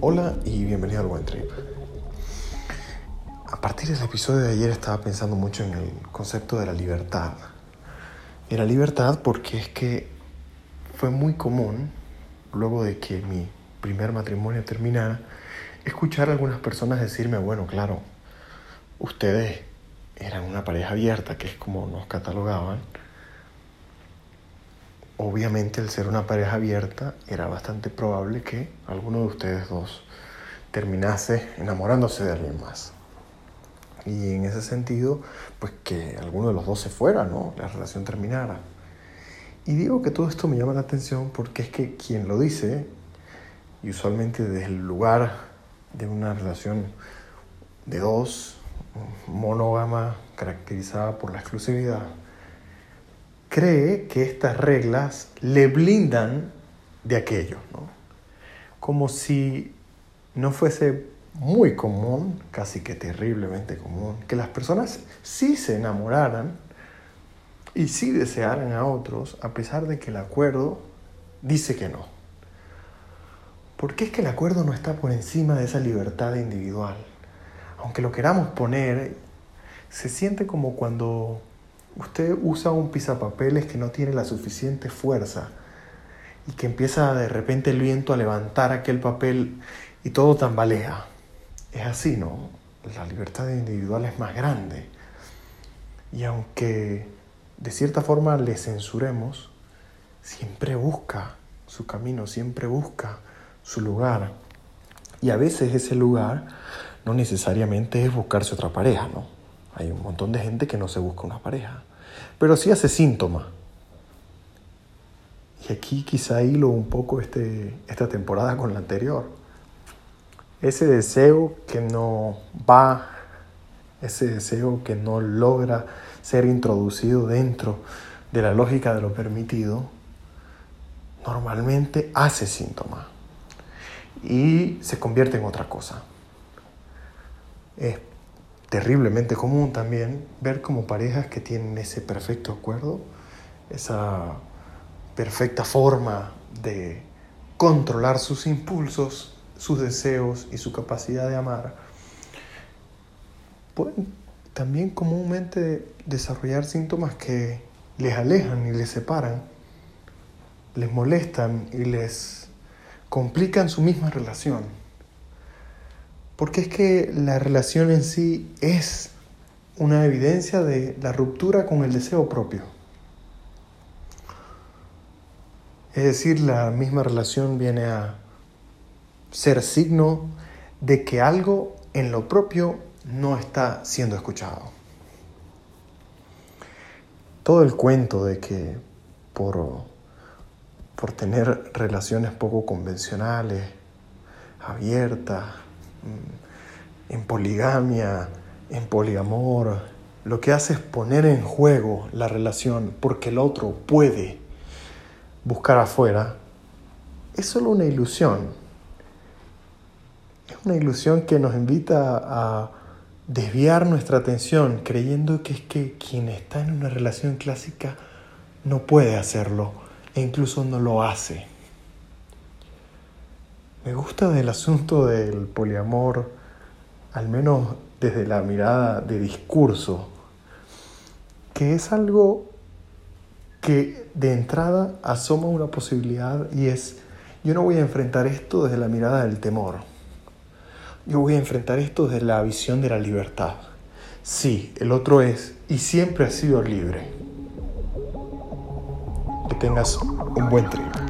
Hola y bienvenido al Buen Trip. A partir del episodio de ayer estaba pensando mucho en el concepto de la libertad. Y la libertad porque es que fue muy común, luego de que mi primer matrimonio terminara, escuchar a algunas personas decirme, bueno, claro, ustedes eran una pareja abierta, que es como nos catalogaban. Obviamente, al ser una pareja abierta, era bastante probable que alguno de ustedes dos terminase enamorándose de alguien más. Y en ese sentido, pues que alguno de los dos se fuera, ¿no? La relación terminara. Y digo que todo esto me llama la atención porque es que quien lo dice, y usualmente desde el lugar de una relación de dos, monógama, caracterizada por la exclusividad, cree que estas reglas le blindan de aquello, ¿no? Como si no fuese muy común, casi que terriblemente común, que las personas sí se enamoraran y sí desearan a otros, a pesar de que el acuerdo dice que no. Porque es que el acuerdo no está por encima de esa libertad individual. Aunque lo queramos poner, se siente como cuando usted usa un pisapapeles que no tiene la suficiente fuerza y que empieza de repente el viento a levantar aquel papel y todo tambalea. Es así, ¿no? La libertad individual es más grande. Y aunque de cierta forma le censuremos, siempre busca su camino, siempre busca su lugar. Y a veces ese lugar no necesariamente es buscarse otra pareja, ¿no? Hay un montón de gente que no se busca una pareja, pero sí hace síntoma. Y aquí quizá hilo un poco esta temporada con la anterior. Ese deseo que no va, ese deseo que no logra ser introducido dentro de la lógica de lo permitido, normalmente hace síntoma y se convierte en otra cosa. Es terriblemente común también ver como parejas que tienen ese perfecto acuerdo, esa perfecta forma de controlar sus impulsos, sus deseos y su capacidad de amar, pueden también comúnmente desarrollar síntomas que les alejan y les separan, les molestan y les complican su misma relación. Porque es que la relación en sí es una evidencia de la ruptura con el deseo propio. Es decir, la misma relación viene a ser signo de que algo en lo propio no está siendo escuchado. Todo el cuento de que por tener relaciones poco convencionales, abiertas, en poligamia, en poliamor, lo que hace es poner en juego la relación porque el otro puede buscar afuera, es solo una ilusión. Es una ilusión que nos invita a desviar nuestra atención creyendo que es que quien está en una relación clásica no puede hacerlo e incluso no lo hace. Me gusta del asunto del poliamor, al menos desde la mirada de discurso, que es algo que de entrada asoma una posibilidad y es: yo no voy a enfrentar esto desde la mirada del temor. Yo voy a enfrentar esto desde la visión de la libertad. Sí, el otro es y siempre ha sido libre. Que tengas un buen trip.